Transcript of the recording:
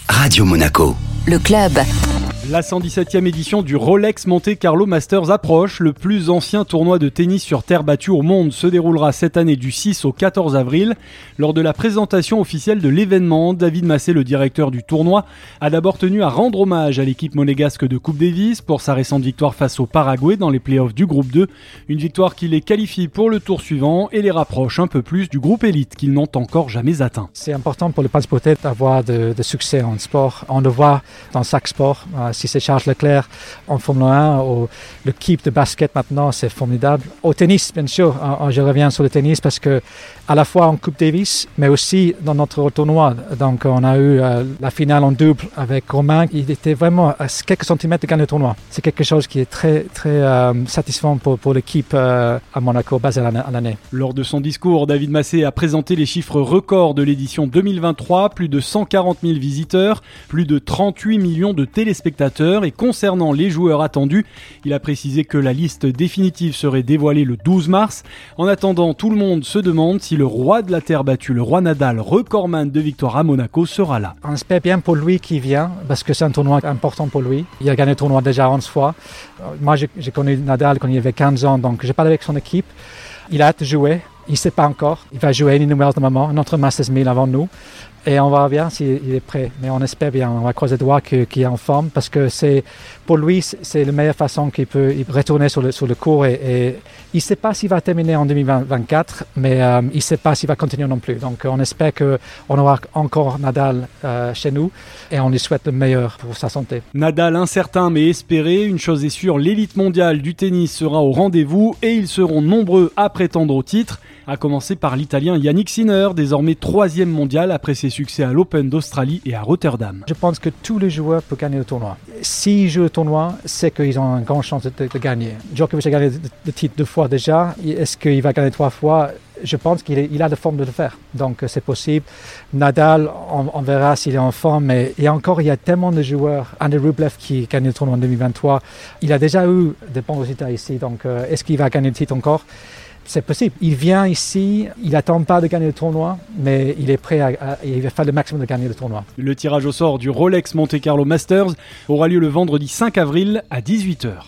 Radio Monaco. Le club. La 117e édition du Rolex Monte Carlo Masters approche. Le plus ancien tournoi de tennis sur terre battue au monde se déroulera cette année du 6 au 14 avril. Lors de la présentation officielle de l'événement, David Massé, le directeur du tournoi, a d'abord tenu à rendre hommage à l'équipe monégasque de Coupe Davis pour sa récente victoire face au Paraguay dans les playoffs du groupe 2. Une victoire qui les qualifie pour le tour suivant et les rapproche un peu plus du groupe élite qu'ils n'ont encore jamais atteint. C'est important pour le principauté d'avoir de succès en sport. On le voit dans chaque sport. Si c'est Charles Leclerc en Formule 1 ou l'équipe de basket maintenant, c'est formidable. Au tennis, bien sûr, je reviens sur le tennis parce que à la fois en Coupe Davis, mais aussi dans notre tournoi. Donc on a eu la finale en double avec Romain. Il était vraiment à quelques centimètres de gagner le tournoi. C'est quelque chose qui est très satisfaisant pour l'équipe à Monaco, basée à l'année. Lors de son discours, David Massé a présenté les chiffres records de l'édition 2023, plus de 140 000 visiteurs, plus de 38 millions de téléspectateurs. Et concernant les joueurs attendus, il a précisé que la liste définitive serait dévoilée le 12 mars. En attendant, tout le monde se demande si le roi de la terre battue, le roi Nadal, recordman de victoire à Monaco, sera là. On espère bien pour lui qui vient, parce que c'est un tournoi important pour lui. Il a gagné le tournoi déjà 11 fois. Moi, j'ai connu Nadal quand il avait 15 ans, donc j'ai parlé avec son équipe. Il a hâte de jouer. Il ne sait pas encore. Il va jouer une nouvelle normalement, notre Masters 1000 avant nous. Et on va bien s'il est prêt. Mais on espère bien, on va croiser les doigts qu'il est en forme parce que pour lui, c'est la meilleure façon qu'il peut retourner sur le court. Et il ne sait pas s'il va terminer en 2024, mais il ne sait pas s'il va continuer non plus. Donc on espère qu'on aura encore Nadal chez nous et on lui souhaite le meilleur pour sa santé. Nadal incertain mais espéré. Une chose est sûre, l'élite mondiale du tennis sera au rendez-vous et ils seront nombreux à prétendre au titre. À commencer par l'Italien Yannick Sinner, désormais 3e mondial après ses succès à l'Open d'Australie et à Rotterdam. Je pense que tous les joueurs peuvent gagner le tournoi. S'ils jouent le tournoi, c'est qu'ils ont une grande chance de gagner. Djokovic a gagné le titre 2 fois déjà. Est-ce qu'il va gagner 3 fois ? Je pense qu'il a la forme de le faire. Donc c'est possible. Nadal, on verra s'il est en forme. Mais il y a tellement de joueurs. Andrei Rublev qui gagne le tournoi en 2023. Il a déjà eu de bons résultats ici. Donc est-ce qu'il va gagner le titre encore ? C'est possible. Il vient ici, il n'attend pas de gagner le tournoi, mais il est prêt il va faire le maximum de gagner le tournoi. Le tirage au sort du Rolex Monte Carlo Masters aura lieu le vendredi 5 avril à 18h.